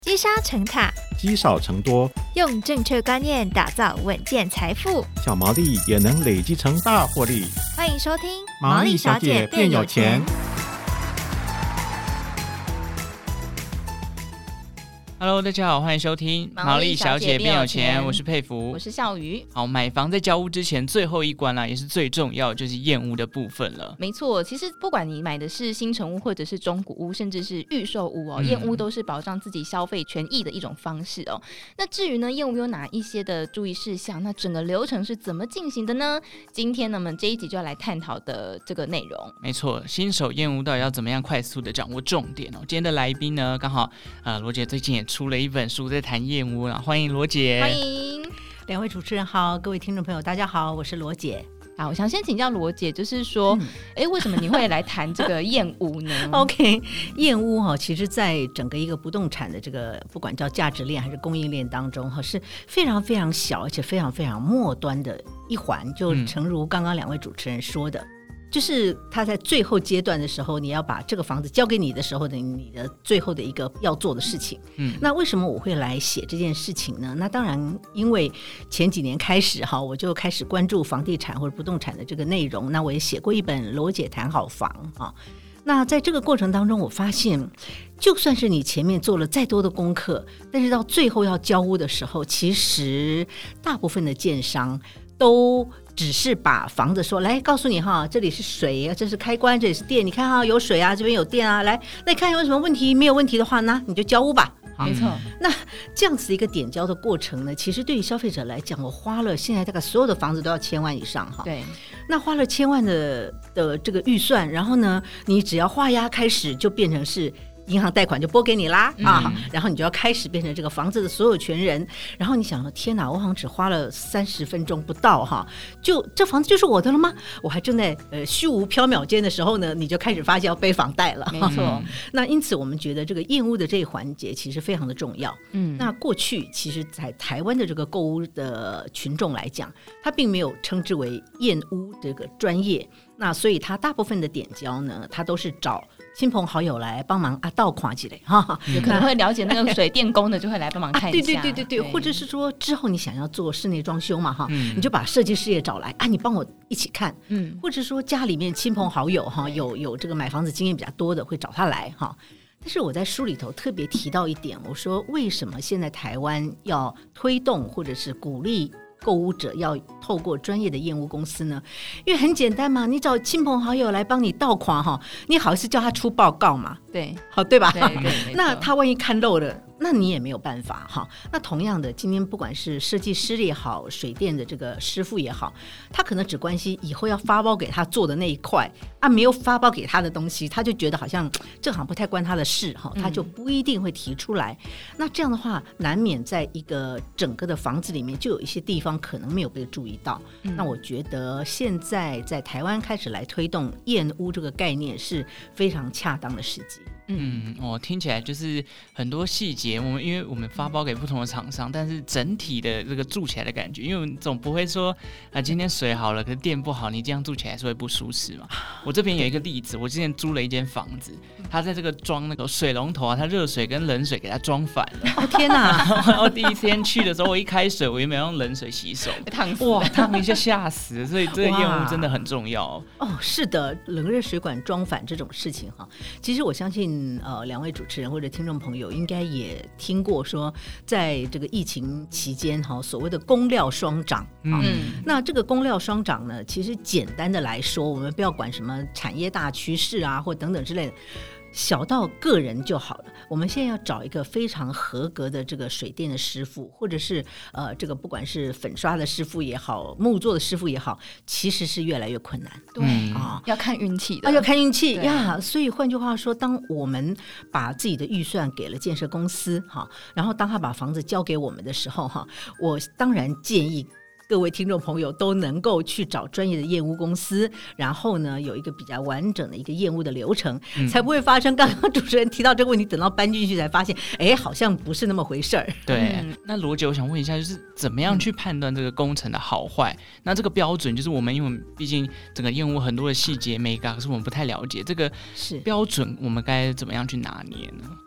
积沙成塔， 积少成多， 用正确观念打造稳健财富， 小毛利也能累积成大获利。 欢迎收听毛利小姐变有钱。 Hello， 大家好，欢迎收听毛利小姐变有钱，我是佩服， 我是笑鱼。 好，买房在交屋之前最后一关啦，也是最重要，就是验屋的部分了。 没错，其实不管你买的是新成屋或者是中古屋，甚至是预售屋哦，验屋都是保障自己消费权益的一种方式哦。那至于呢，验屋有哪一些的注意事项？那整个流程是怎么进行的呢？今天呢，我们这一集就要来探讨的这个内容。 没错，新手验屋到底要怎么样快速的掌握重点哦？今天的来宾呢，刚好罗姐最近也出了一本书在谈验屋啦，欢迎罗姐。 欢迎两位主持人好，各位听众朋友大家好，我是罗姐。 好，我想先请教罗姐，就是说，为什么你会来谈这个验屋呢 ？OK， 验屋其实在整个一个不动产的这个不管叫价值链还是供应链当中是非常非常小而且非常非常末端的一环，就诚如刚刚两位主持人说的。就是他在最后阶段的时候，你要把这个房子交给你的时候的你的最后的一个要做的事情。那为什么我会来写这件事情呢？那当然因为前几年开始我就开始关注房地产或者不动产的这个内容，那我也写过一本罗姐谈好房那在这个过程当中，我发现就算是你前面做了再多的功课，但是到最后要交屋的时候，其实大部分的建商都只是把房子说来告诉你这里是水，这是开关，这里是电，你看有水啊，这边有电啊，来那你看有什么问题，没有问题的话那你就交屋吧。 没错， 那这样子一个点交的过程呢，其实对于消费者来讲，我花了现在大概所有的房子都要1000万以上对， 那花了1000万的这个预算，然后呢你只要画押开始就变成是银行贷款就拨给你啦然后你就要开始变成这个房子的所有权人，然后你想说天哪，我好像只花了30分钟不到就这房子就是我的了吗？我还正在虚无缥缈间的时候呢，你就开始发现要背房贷了。 没错那因此我们觉得这个验屋的这一环节其实非常的重要。那过去其实在台湾的这个购屋的群众来讲，他并没有称之为验屋这个专业，那所以他大部分的点交呢，他都是找亲朋好友来帮忙倒看起来有可能会了解那个水电工的就会来帮忙看一下对，或者是说之后你想要做室内装修嘛你就把设计师也找来你帮我一起看或者说家里面亲朋好友有这个买房子经验比较多的会找他来但是我在书里头特别提到一点，我说为什么现在台湾要推动或者是鼓励购屋者要透过专业的验屋公司呢？因为很简单嘛，你找亲朋好友来帮你倒款你好意思叫他出报告嘛？ 对， 对吧？ 对那他万一看漏了，那你也没有办法那同样的，今天不管是设计师也好，水电的这个师傅也好，他可能只关心以后要发包给他做的那一块没有发包给他的东西，他就觉得好像这行不太关他的事他就不一定会提出来。那这样的话，难免在一个整个的房子里面，就有一些地方可能没有被注意到。那我觉得现在在台湾开始来推动验屋这个概念是非常恰当的时机。 听起来就是很多细节，因为我们发包给不同的厂商，但是整体的这个住起来的感觉，因为我们总不会说今天水好了，可是电不好，你这样住起来是会不舒适嘛。我这边有一个例子，我之前租了一间房子，他在这个装那个水龙头他热水跟冷水给他装反了。 天哪！ 然后第一天去的时候，我一开水，我原本用冷水洗手，烫一下吓死了。所以这个验屋真的很重要是的，冷热水管装反这种事情其实我相信两位主持人或者听众朋友应该也听过说，在这个疫情期间所谓的工料双涨那这个工料双涨呢，其实简单的来说，我们不要管什么产业大趋势或等等之类的，小到个人就好了。我们现在要找一个非常合格的这个水电的师傅，或者是这个不管是粉刷的师傅也好，木作的师傅也好，其实是越来越困难。 对要看运气的要看运气所以换句话说，当我们把自己的预算给了建设公司然后当他把房子交给我们的时候我当然建议各位听众朋友都能够去找专业的验屋公司，然后呢有一个比较完整的一个验屋的流程才不会发生刚刚主持人提到这个问题，等到搬进去才发现好像不是那么回事儿。 对那罗姐我想问一下，就是怎么样去判断这个工程的好坏那这个标准就是因为我们毕竟整个验屋很多的细节美感可是我们不太了解，这个标准我们该怎么样去拿捏呢？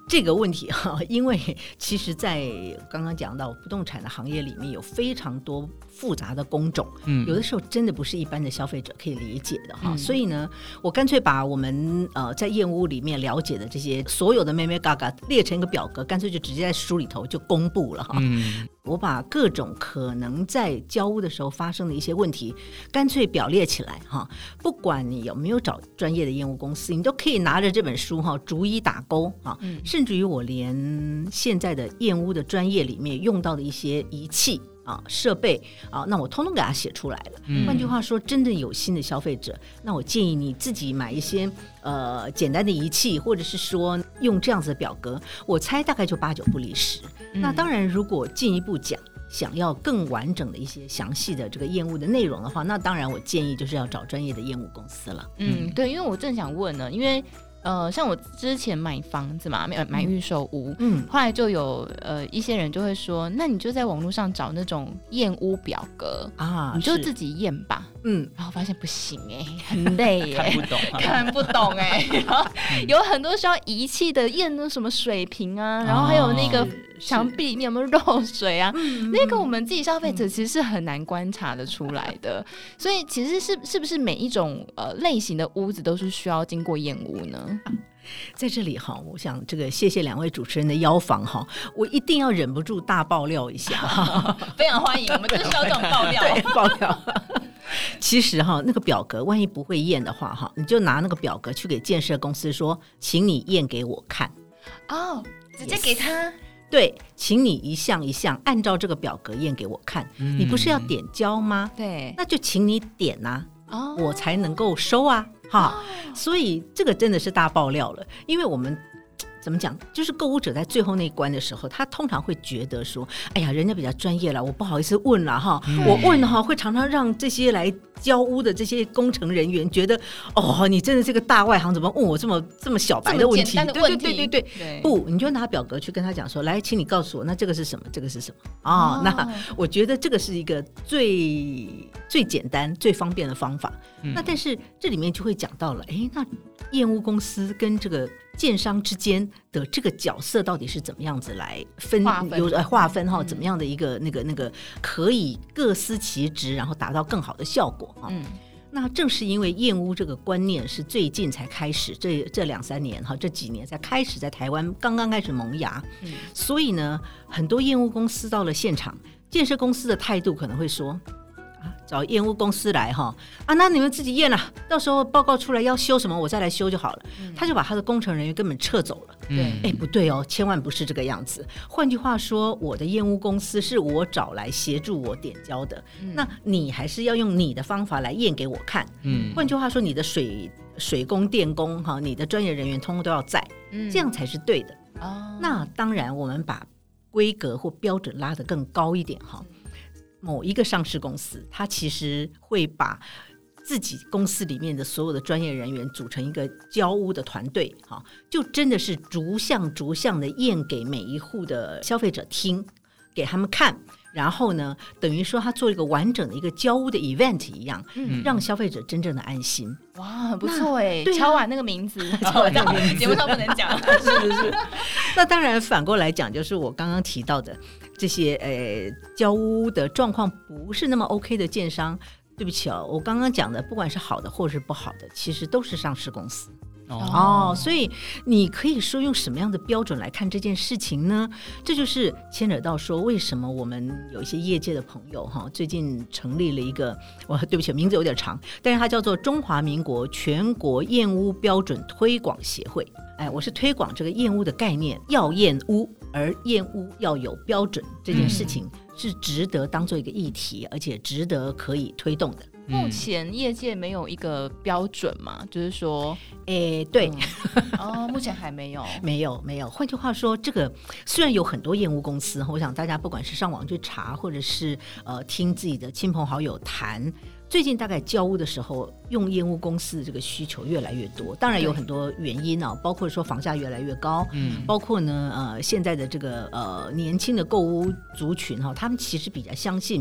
这个问题因为其实在刚刚讲到不动产的行业里面有非常多复杂的工种，有的时候真的不是一般的消费者可以理解的所以呢，我干脆把我们在燕屋里面了解的这些所有的妹妹嘎嘎列成一个表格，干脆就直接在书里头就公布了我把各种可能在交屋的时候发生的一些问题干脆表列起来不管你有没有找专业的燕屋公司，你都可以拿着这本书逐一打勾甚至于我连现在的燕屋的专业里面用到的一些仪器设备那我通通给它写出来了换句话说，真的有心的消费者，那我建议你自己买一些简单的仪器，或者是说用这样子的表格，我猜大概就8-9不离10那当然如果进一步讲想要更完整的一些详细的这个验屋的内容的话，那当然我建议就是要找专业的验屋公司了对，因为我正想问呢，因为像我之前买房子嘛，买预售屋后来就有一些人就会说，那你就在网络上找那种验屋表格你就自己验吧然后发现不行很累看不懂看不懂然后有很多需要仪器的验那什么水平然后还有那个墙壁里面有没有漏水那个我们自己消费者其实是很难观察得出来的所以其实是不是每一种类型的屋子都是需要经过验屋呢？ 在这里我想这个谢谢2位主持人的邀访我一定要忍不住大爆料一下非常欢迎，我们就是要这种爆料对爆料其实那个表格万一不会验的话你就拿那个表格去给建设公司说，请你验给我看直接给他对，请你一项一项按照这个表格验给我看你不是要点交吗？ 对， 那就请你点我才能够收所以这个真的是大爆料了，因为我们怎么讲，就是购物者在最后那一关的时候，他通常会觉得说，哎呀，人家比较专业了，我不好意思问了我问会常常让这些来交屋的这些工程人员觉得，你真的是个大外行，怎么问我这么小白的问题？对，不，你就拿表格去跟他讲说，来，请你告诉我，那这个是什么？这个是什么？那我觉得这个是一个最简单、最方便的方法。那但是这里面就会讲到了，那验屋公司跟这个建商之间的这个角色到底是怎么样子来划分怎么样的一个那个可以各司其职，然后达到更好的效果那正是因为验屋这个观念是最近才开始，这2-3年这几年才开始在台湾刚刚开始萌芽所以呢，很多验屋公司到了现场，建设公司的态度可能会说，找验屋公司来那你们自己验了，到时候报告出来要修什么我再来修就好了他就把他的工程人员根本撤走了不对千万不是这个样子。换句话说，我的验屋公司是我找来协助我点交的那你还是要用你的方法来验给我看换句话说，你的水工电工你的专业人员通通都要在这样才是对的那当然我们把规格或标准拉得更高一点某一个上市公司，它其实会把自己公司里面的所有的专业人员组成一个交屋的团队就真的是逐项的验给每一户的消费者听，给他们看，然后呢等于说他做一个完整的一个交屋的 event 一样让消费者真正的安心。 哇，很不错敲完那个名字节目上不能讲是那当然反过来讲，就是我刚刚提到的这些交屋的状况不是那么 OK 的建商，对不起我刚刚讲的不管是好的或是不好的，其实都是上市公司所以你可以说用什么样的标准来看这件事情呢？这就是牵扯到说为什么我们有一些业界的朋友最近成立了一个，对不起名字有点长，但是它叫做中华民国全国验屋标准推广协会。我是推广这个验屋的概念，要验屋而验屋要有标准，这件事情是值得当做一个议题而且值得可以推动的。 目前业界没有一个标准嘛，就是说对目前还没有没有。换句话说，这个虽然有很多验屋公司，我想大家不管是上网去查或者是听自己的亲朋好友谈，最近大概交屋的时候用验屋公司的这个需求越来越多，当然有很多原因包括说房价越来越高包括呢现在的这个年轻的购屋族群他们其实比较相信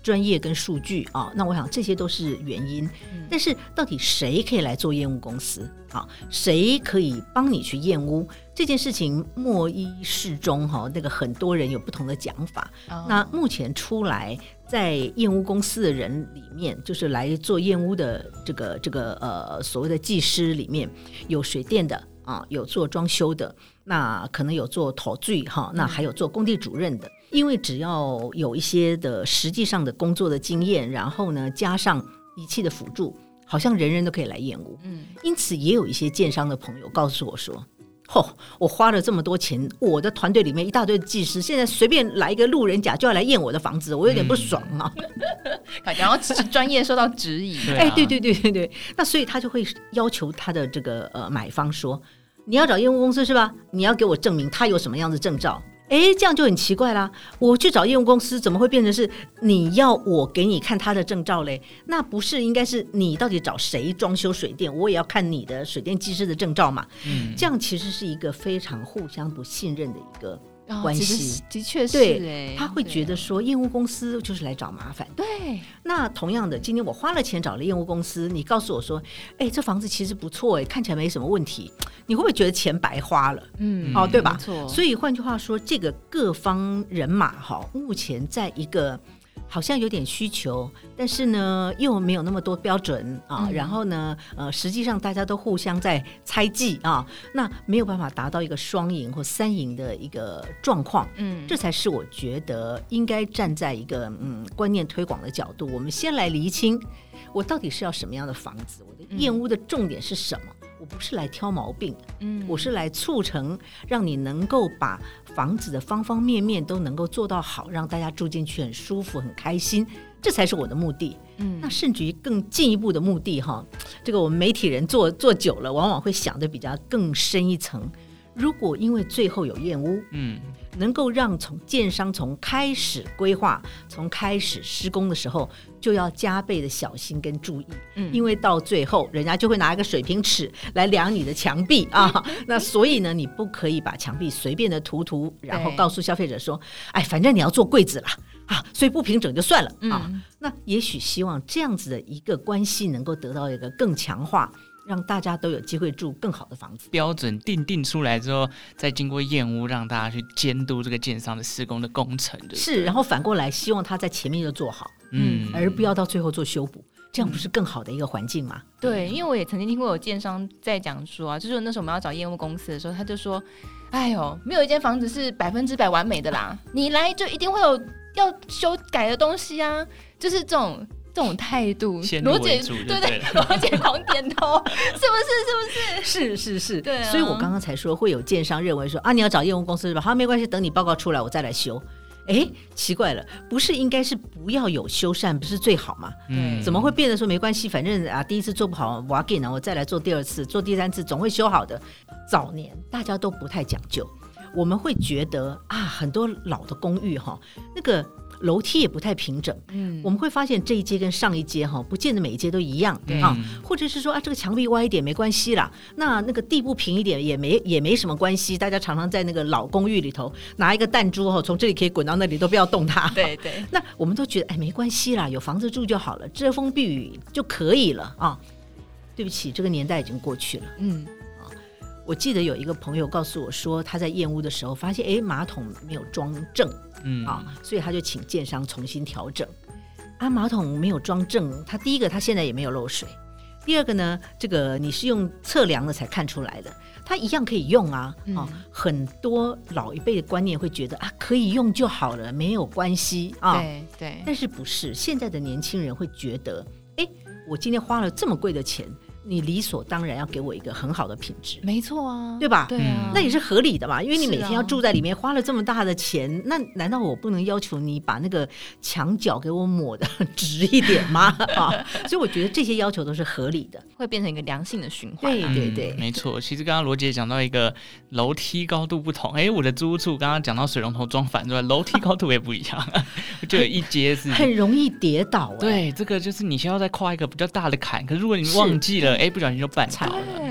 专业跟数据啊，那我想这些都是原因。但是到底谁可以来做验屋公司啊？谁可以帮你去验屋？这件事情莫一适中哈，那个很多人有不同的讲法。那目前出来在验屋公司的人里面，就是来做验屋的这个所谓的技师里面，有水电的啊，有做装修的，那可能有做土水哈，那还有做工地主任的。因为只要有一些的实际上的工作的经验，然后呢加上仪器的辅助，好像人人都可以来验屋。因此也有一些建商的朋友告诉我说，我花了这么多钱，我的团队里面一大堆技师，现在随便来一个路人甲就要来验我的房子，我有点不爽啊。 然后专业受到质疑。 对，那所以他就会要求他的这个买方说，你要找验屋公司是吧？你要给我证明他有什么样的证照。这样就很奇怪啦，我去找验屋公司怎么会变成是你要我给你看他的证照嘞？那不是应该是你到底找谁装修水电，我也要看你的水电技师的证照嘛。这样其实是一个非常互相不信任的一个关系。 的确是。 对，他会觉得说验屋公司就是来找麻烦。 对， 那同样的，今天我花了钱找了验屋公司，你告诉我说这房子其实不错，看起来没什么问题，你会不会觉得钱白花了？对吧？所以换句话说，这个各方人马目前在一个好像有点需求，但是呢又没有那么多标准啊，然后呢实际上大家都互相在猜忌啊，那没有办法达到一个双赢或三赢的一个状况。这才是我觉得应该站在一个观念推广的角度，我们先来厘清我到底是要什么样的房子，我的验屋的重点是什么。我不是来挑毛病的，我是来促成让你能够把房子的方方面面都能够做到好，让大家住进去很舒服很开心，这才是我的目的。那甚至于更进一步的目的这个我们媒体人做久了，往往会想的比较更深一层。如果因为最后有验屋，能够让建商从开始规划，从开始施工的时候就要加倍的小心跟注意，因为到最后人家就会拿一个水平尺来量你的墙壁啊，那所以呢你不可以把墙壁随便的涂，然后告诉消费者说反正你要做柜子啦啊，所以不平整就算了啊。那也许希望这样子的一个关系能够得到一个更强化，让大家都有机会住更好的房子。 标准定出来之后，再经过验屋，让大家去监督这个建商的施工的工程。 是，然后反过来希望他在前面就做好，而不要到最后做修补，这样不是更好的一个环境吗？ 对，因为我也曾经听过有建商在讲说啊，就是那时候我们要找验屋公司的时候，他就说，没有一间房子是100%完美的啦，你来就一定会有要修改的东西啊，就是这种态度，罗姐对，罗姐狂点头，是不是？是，对啊。 所以我刚刚才说会有建商认为说你要找验屋公司是吧？好，没关系，等你报告出来我再来修。奇怪了，不是应该是不要有修缮不是最好吗？怎么会变得说没关系，反正第一次做不好我要给我再来做第二次做第三次总会修好的。早年大家都不太讲究，我们会觉得很多老的公寓那个楼梯也不太平整，我们会发现这一阶跟上一阶不见得每一阶都一样或者是说这个墙壁歪一点没关系啦，那个地不平一点也没什么关系，大家常常在那个老公寓里头拿一个弹珠从这里可以滚到那里都不要动它， 对， 那我们都觉得没关系啦，有房子住就好了，遮风避雨就可以了对不起，这个年代已经过去了。我记得有一个朋友告诉我说，他在验屋的时候发现马桶没有装正所以他就请建商重新调整马桶没有装正，他第一个他现在也没有漏水，第二个呢这个你是用测量的才看出来的，他一样可以用很多老一辈的观念会觉得可以用就好了没有关系对， 但是不是现在的年轻人会觉得我今天花了这么贵的钱，你理所当然要给我一个很好的品质， 没错啊， 对吧？ 对啊， 那也是合理的嘛，因为你每天要住在里面，花了这么大的钱，那难道我不能要求你把那个墙角给我抹的直一点吗？所以我觉得这些要求都是合理的， 会变成一个良性的循环。 对， 没错。其实刚刚罗姐讲到一个楼梯高度不同，我的租屋处刚刚讲到水龙头装反之外，楼梯高度也不一样，就有一阶是很容易跌倒。 对，这个就是你需要再跨一个比较大的坎，可是如果你忘记了，不小心就绊倒了。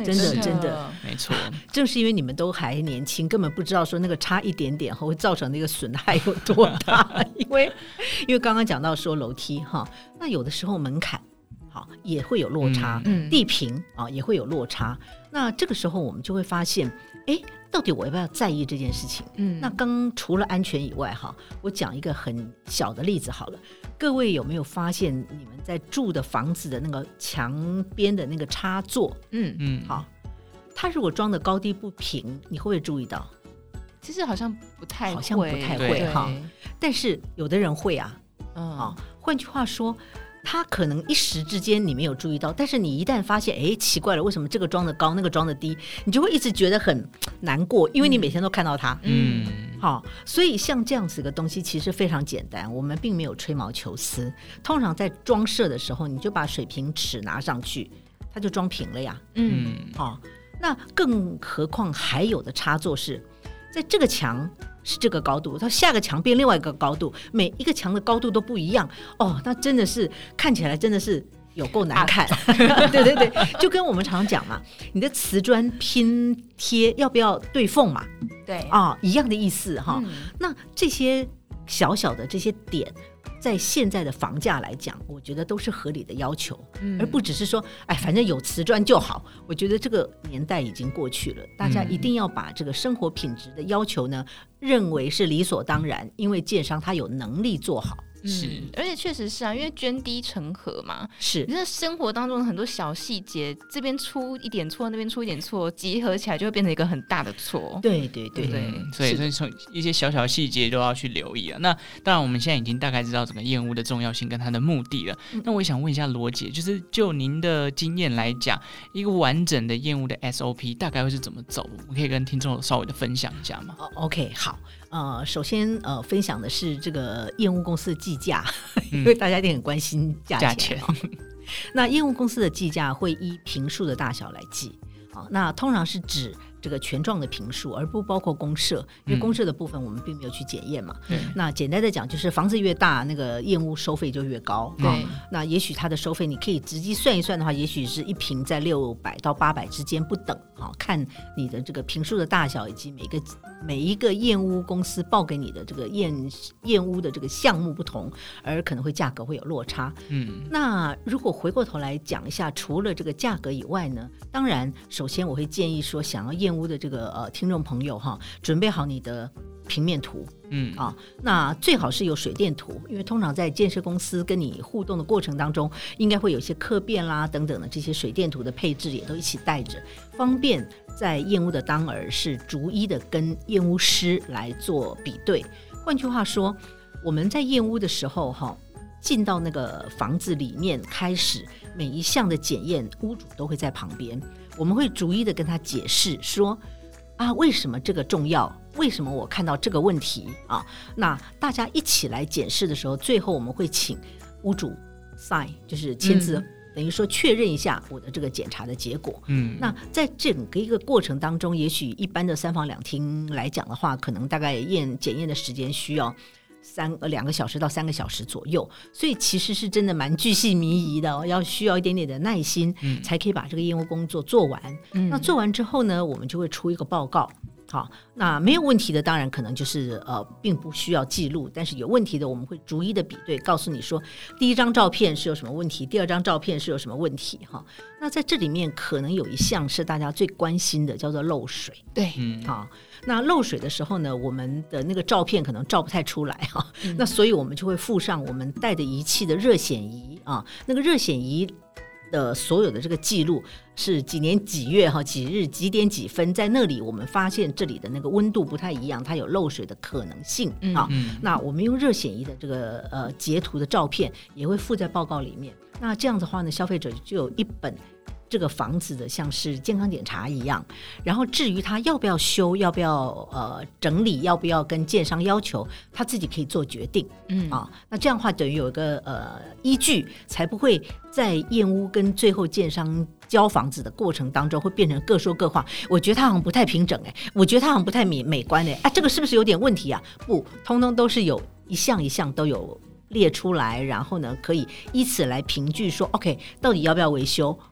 真的真的， 没错。 正是因为你们都还年轻，根本不知道说那个差一点点会造成那个损害有多大。因为刚刚讲到说楼梯哈，那有的时候门槛好也会有落差，地坪啊也会有落差。那这个时候我们就会发现，哎，到底我要不要在意这件事情？那刚除了安全以外哈，我讲一个很小的例子好了。各位有没有发现你们在住的房子的那个墙边的那个插座？好，它如果装的高低不平，你会不会注意到？ 其实好像不太会， 好像不太会哈。但是有的人会啊。换句话说，他可能一时之间你没有注意到，但是你一旦发现，哎，奇怪了，为什么这个装的高，那个装的低，你就会一直觉得很难过，因为你每天都看到它。好，所以像这样子的东西其实非常简单，我们并没有吹毛求疵。通常在装设的时候，你就把水平尺拿上去，它就装平了呀。那更何况还有的插座是在这个墙是这个高度，它下个墙变另外一个高度，每一个墙的高度都不一样那真的是看起来真的是有够难看。对对对，就跟我们常常讲嘛，你的瓷砖拼贴要不要对缝嘛？ 对一样的意思哈。那这些小小的这些点，在现在的房价来讲，我觉得都是合理的要求，而不只是说反正有瓷砖就好。我觉得这个年代已经过去了，大家一定要把这个生活品质的要求呢，认为是理所当然，因为建商他有能力做好。 而且确实是啊，因为涓滴成河嘛， 是你在生活当中的很多小细节，这边出一点错，那边出一点错，集合起来就会变成一个很大的错。 对对对对， 所以从一些小小的细节都要去留意啊。那当然，我们现在已经大概知道整个验屋的重要性跟它的目的了。那我也想问一下罗姐，就是就您的经验来讲，一个完整的验屋的 SOP 大概会是怎么走？我们可以跟听众稍微的分享一下吗 ？OK， 好。首先分享的是这个验屋公司的计价，因为大家一定很关心价钱。那验屋公司的计价会依坪数的大小来计，那通常是指这个权状的坪数，而不包括公设，因为公设的部分我们并没有去检验嘛。那简单的讲，就是房子越大，那个验屋收费就越高。 对， 那也许它的收费你可以直接算一算的话，也许是一坪在600到800之间不等，看你的这个坪数的大小以及每一个验屋公司报给你的这个验屋的这个项目不同，而可能会价格会有落差。那如果回过头来讲一下，除了这个价格以外呢，当然首先我会建议说，想要验屋的这个听众朋友准备好你的平面图。那最好是有水电图，因为通常在建设公司跟你互动的过程当中，应该会有一些客变啦等等的这些水电图的配置也都一起带着，方便在验屋的当儿是逐一的跟验屋师来做比对。换句话说，我们在验屋的时候进到那个房子里面开始每一项的检验，屋主都会在旁边，我们会逐一的跟他解释说为什么这个重要，为什么我看到这个问题那大家一起来检视的时候，最后我们会请屋主 sign， 就是签字，等于说确认一下我的这个检查的结果。那在整个一个过程当中，也许一般的3房2厅来讲的话，可能大概检验的时间需要2个小时到3个小时左右，所以其实是真的蛮巨细靡遗的需要一点点的耐心，才可以把这个验屋工作做完。那做完之后呢，我们就会出一个报告。好，那没有问题的当然可能就是并不需要记录，但是有问题的我们会逐一的比对，告诉你说第一张照片是有什么问题，第二张照片是有什么问题那在这里面可能有一项是大家最关心的，叫做漏水。 对， 那漏水的时候呢，我们的那个照片可能照不太出来那所以我们就会附上我们带的仪器的热显仪那个热显仪的所有的这个记录是几年几月几日几点几分，在那里我们发现这里的那个温度不太一样，它有漏水的可能性那我们用热显仪的这个截图的照片也会附在报告里面。那这样的话呢，消费者就有一本这个房子的像是健康检查一样，然后至于他要不要修，要不要整理，要不要跟建商要求，他自己可以做决定。那这样的话等于有一个依据，才不会在验屋跟最后建商交房子的过程当中会变成各说各话。我觉得他好像不太平整我觉得他好像不太美观这个是不是有点问题啊？不，通通都是有一项一项都有列出来，然后呢可以依此来凭据说 OK 到底要不要维修，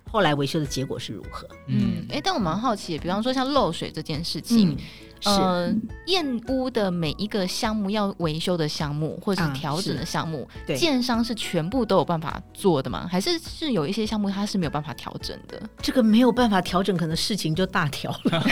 后来维修的结果是如何。 但我蛮好奇，比方说像漏水这件事情，验屋的每一个项目要维修的项目或者是调整的项目，建商是全部都有办法做的吗？还是有一些项目它是没有办法调整的？ 这个没有办法调整，可能事情就大条了。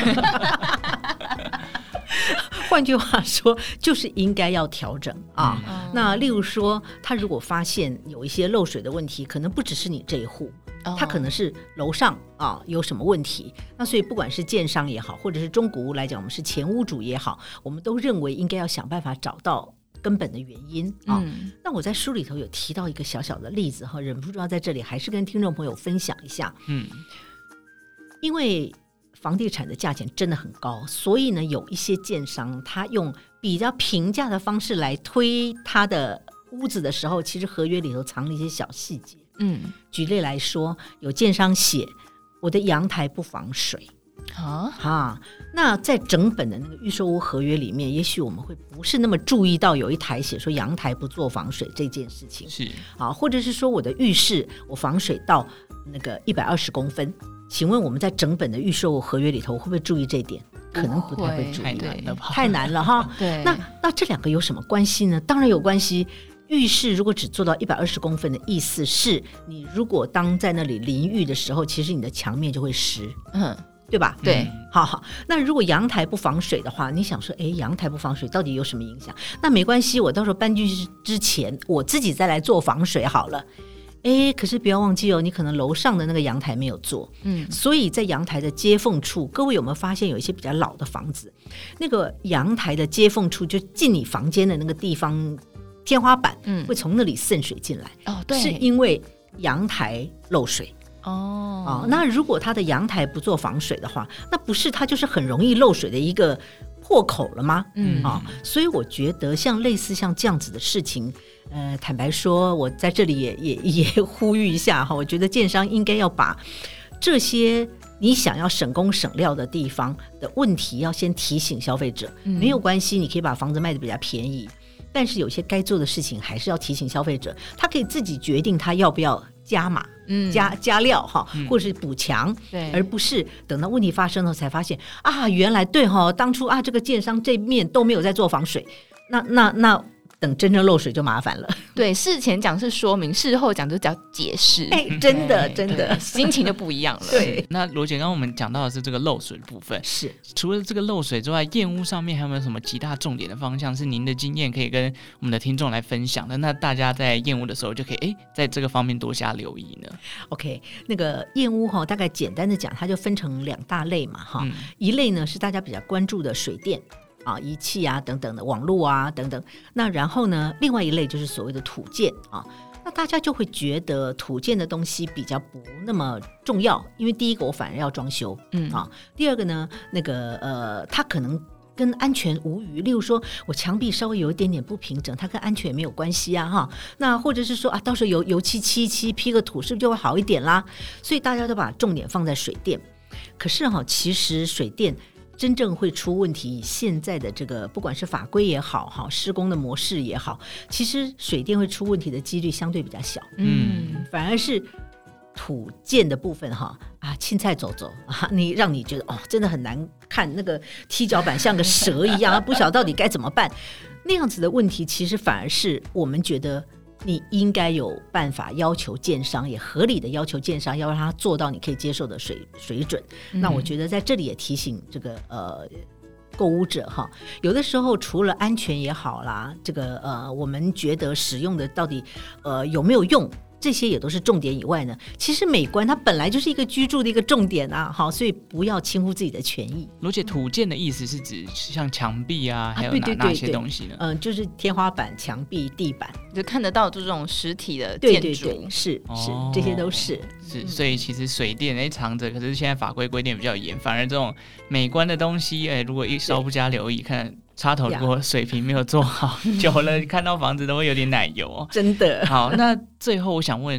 换句话说，就是应该要调整啊。那例如说，他如果发现有一些漏水的问题，可能不只是你这一户，他可能是楼上有什么问题。那所以不管是建商也好，或者是中古屋来讲，我们是前屋主也好，我们都认为应该要想办法找到根本的原因啊。那我在书里头有提到一个小小的例子哈，忍不住要在这里还是跟听众朋友分享一下。因为房地产的价钱真的很高，所以呢，有一些建商他用比较平价的方式来推他的屋子的时候，其实合约里头藏了一些小细节。举例来说，有建商写我的阳台不防水那在整本的那个预售屋合约里面，也许我们会不是那么注意到有一台写说阳台不做防水这件事情， 是或者是说我的浴室我防水到那个120公分，请问我们在整本的预售合约里头会不会注意这一点？可能不太会注意，太难了哈。 对， 那这两个有什么关系呢？当然有关系。浴室如果只做到120公分的意思是，你如果当在那里淋浴的时候，其实你的墙面就会湿，对吧？ 对， 好。那如果阳台不防水的话，你想说，阳台不防水到底有什么影响？那没关系，我到时候搬进去之前，我自己再来做防水好了。可是不要忘记你可能楼上的那个阳台没有做，所以在阳台的接缝处，各位有没有发现有一些比较老的房子，那个阳台的接缝处就进你房间的那个地方，天花板会从那里渗水进来， 对， 是因为阳台漏水。那如果它的阳台不做防水的话，那不是它就是很容易漏水的一个破口了吗？所以我觉得像类似像这样子的事情，坦白说，我在这里也呼吁一下哈，我觉得建商应该要把这些你想要省工省料的地方的问题要先提醒消费者。没有关系，你可以把房子卖得比较便宜，但是有些该做的事情还是要提醒消费者，他可以自己决定他要不要加码，加料哈，或者是补强，而不是等到问题发生了才发现原来对当初这个建商这面都没有在做防水，那等真正漏水就麻烦了。 对，事前讲是说明，事后讲就叫解释。 真的心情就不一样了。 对， 那罗姐，刚刚我们讲到的是这个漏水的部分， 是除了这个漏水之外，验屋上面还有没有什么极大重点的方向是您的经验可以跟我们的听众来分享的？那大家在验屋的时候就可以在这个方面多加留意呢。 OK， 那个验屋大概简单的讲，它就分成2大类嘛一类呢是大家比较关注的水电仪器等等的网络等等，那然后呢另外一类就是所谓的土建那大家就会觉得土建的东西比较不那么重要，因为第一个我反而要装修第二个呢那个它可能跟安全无虞，例如说我墙壁稍微有一点点不平整，它跟安全也没有关系那或者是说到时候油漆漆一漆，批个土是不是就会好一点啦？所以大家都把重点放在水电。可是其实水电真正会出问题，现在的这个不管是法规也好施工的模式也好，其实水电会出问题的几率相对比较小反而是土建的部分青菜走让你觉得真的很难看，那个踢脚板像个蛇一样不晓得到底该怎么办，那样子的问题其实反而是我们觉得你应该有办法要求建商，也合理的要求建商要让他做到你可以接受的水准那我觉得在这里也提醒这个购屋者有的时候除了安全也好啦，这个我们觉得使用的到底有没有用，这些也都是重点以外呢，其实美观它本来就是一个居住的一个重点所以不要轻忽自己的权益。 罗姐，土建的意思是指像墙壁还有哪些东西呢？ 就是天花板、墙壁、地板， 就看得到这种实体的建筑。 对，是这些都是。 所以其实水电藏着，可是现在法规规定比较严，反而这种美观的东西如果一稍不加留意，看插头如果水平没有做好久了看到房子都会有点奶油真的。 好，那最后我想问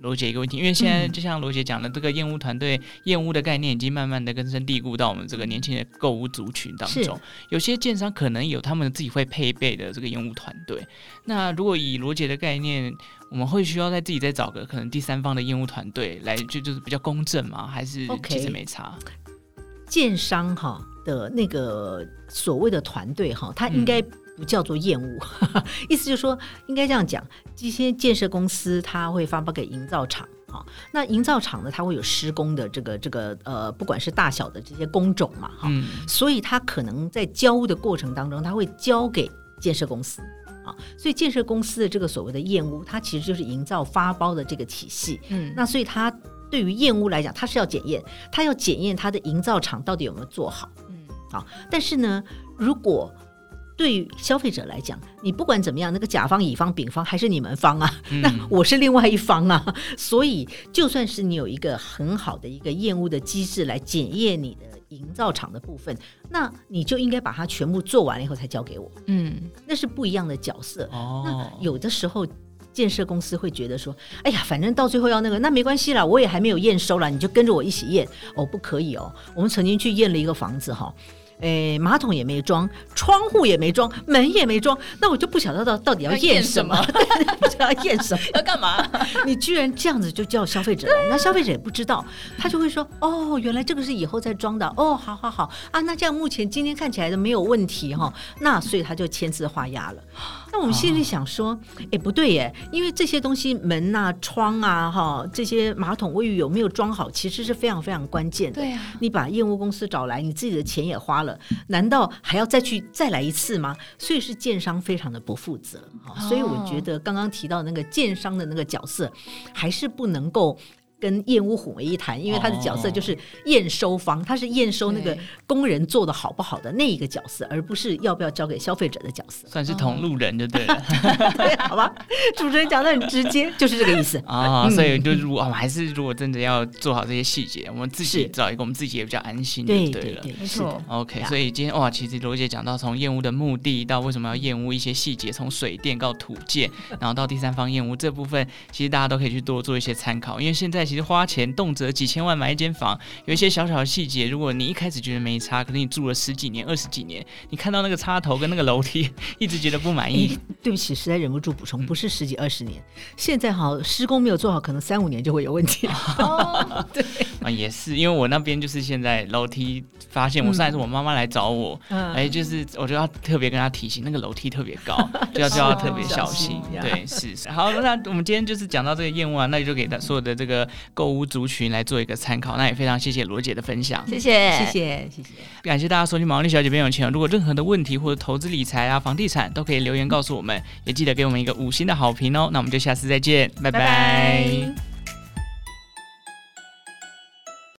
罗姐一个问题，因为现在就像罗姐讲的，这个验屋团队验屋的概念已经慢慢的根深蒂固到我们这个年轻的购屋族群当中。有些建商可能有他们自己会配备的这个验屋团队。那如果以罗姐的概念，我们会需要自己再找个可能第三方的验屋团队来，就是比较公正吗？还是其实没差？ 建商的那个所谓的团队他应该不叫做验屋，意思就是说应该这样讲，这些建设公司它会发包给营造厂。那营造厂呢，它会有施工的这个不管是大小的这些工种嘛，所以它可能在交屋的过程当中，它会交给建设公司所以建设公司的这个所谓的验屋，它其实就是营造发包的这个体系。那所以它对于验屋来讲，它是要检验，它要检验它的营造厂到底有没有做好。但是呢，如果对于消费者来讲，你不管怎么样，那个甲方、乙方、丙方还是你们方啊，那我是另外一方啊，所以就算是你有一个很好的一个验屋的机制来检验你的营造厂的部分，那你就应该把它全部做完了以后才交给我。那是不一样的角色。那有的时候建设公司会觉得说，哎呀，反正到最后要那个，那没关系啦，我也还没有验收啦，你就跟着我一起验。不可以哦，我们曾经去验了一个房子马桶也没装，窗户也没装，门也没装，那我就不晓得到底要验什么，不知道要验什么， 要干嘛？ 你居然这样子就叫消费者来，那消费者也不知道，他就会说，原来这个是以后再装的，好好好啊，那这样目前今天看起来的没有问题那所以他就签字画押了。那我们心里想说，不对耶，因为这些东西门啊、窗啊这些马桶卫浴有没有装好，其实是非常非常关键的。 对啊， 你把验屋公司找来，你自己的钱也花了，难道还要再来一次吗？所以是建商非常的不负责。所以我觉得刚刚提到那个建商的那个角色，还是不能够跟验屋混为一谈，因为他的角色就是验收方，他是验收那个工人做的好不好的那一个角色，而不是要不要交给消费者的角色， 算是同路人就对了。 对，好吧，主持人讲得很直接，就是这个意思所以就还是如果真的要做好这些细节，我们自己找一个我们自己也比较安心就对了。 对， 没错。 OK， 所以今天其实罗姐讲到从验屋的目的到为什么要验屋一些细节，从水电到土建，然后到第三方验屋这部分，其实大家都可以去多做一些参考，因为现在其实花钱动辄几千万买一间房，有一些小小的细节，如果你一开始觉得没差，可是你住了10几年、20几年，你看到那个插头跟那个楼梯，一直觉得不满意。 对不起，实在忍不住补充，不是10几20年，现在施工没有做好，可能3、5年就会有问题。对也是，因为我那边就是现在楼梯发现，我上一次我妈妈来找我，就是我就要特别跟她提醒，那个楼梯特别高，就要特别小心。对，是。好，那我们今天就是讲到这个验屋那就给所有的这个购屋族群来做一个参考。那也非常谢谢罗姐的分享， 谢谢， 感谢大家收听毛利小姐变有钱。如果任何的问题或者投资理财房地产都可以留言告诉我们，也记得给我们一个5星的好评哦。那我们就下次再见，拜拜。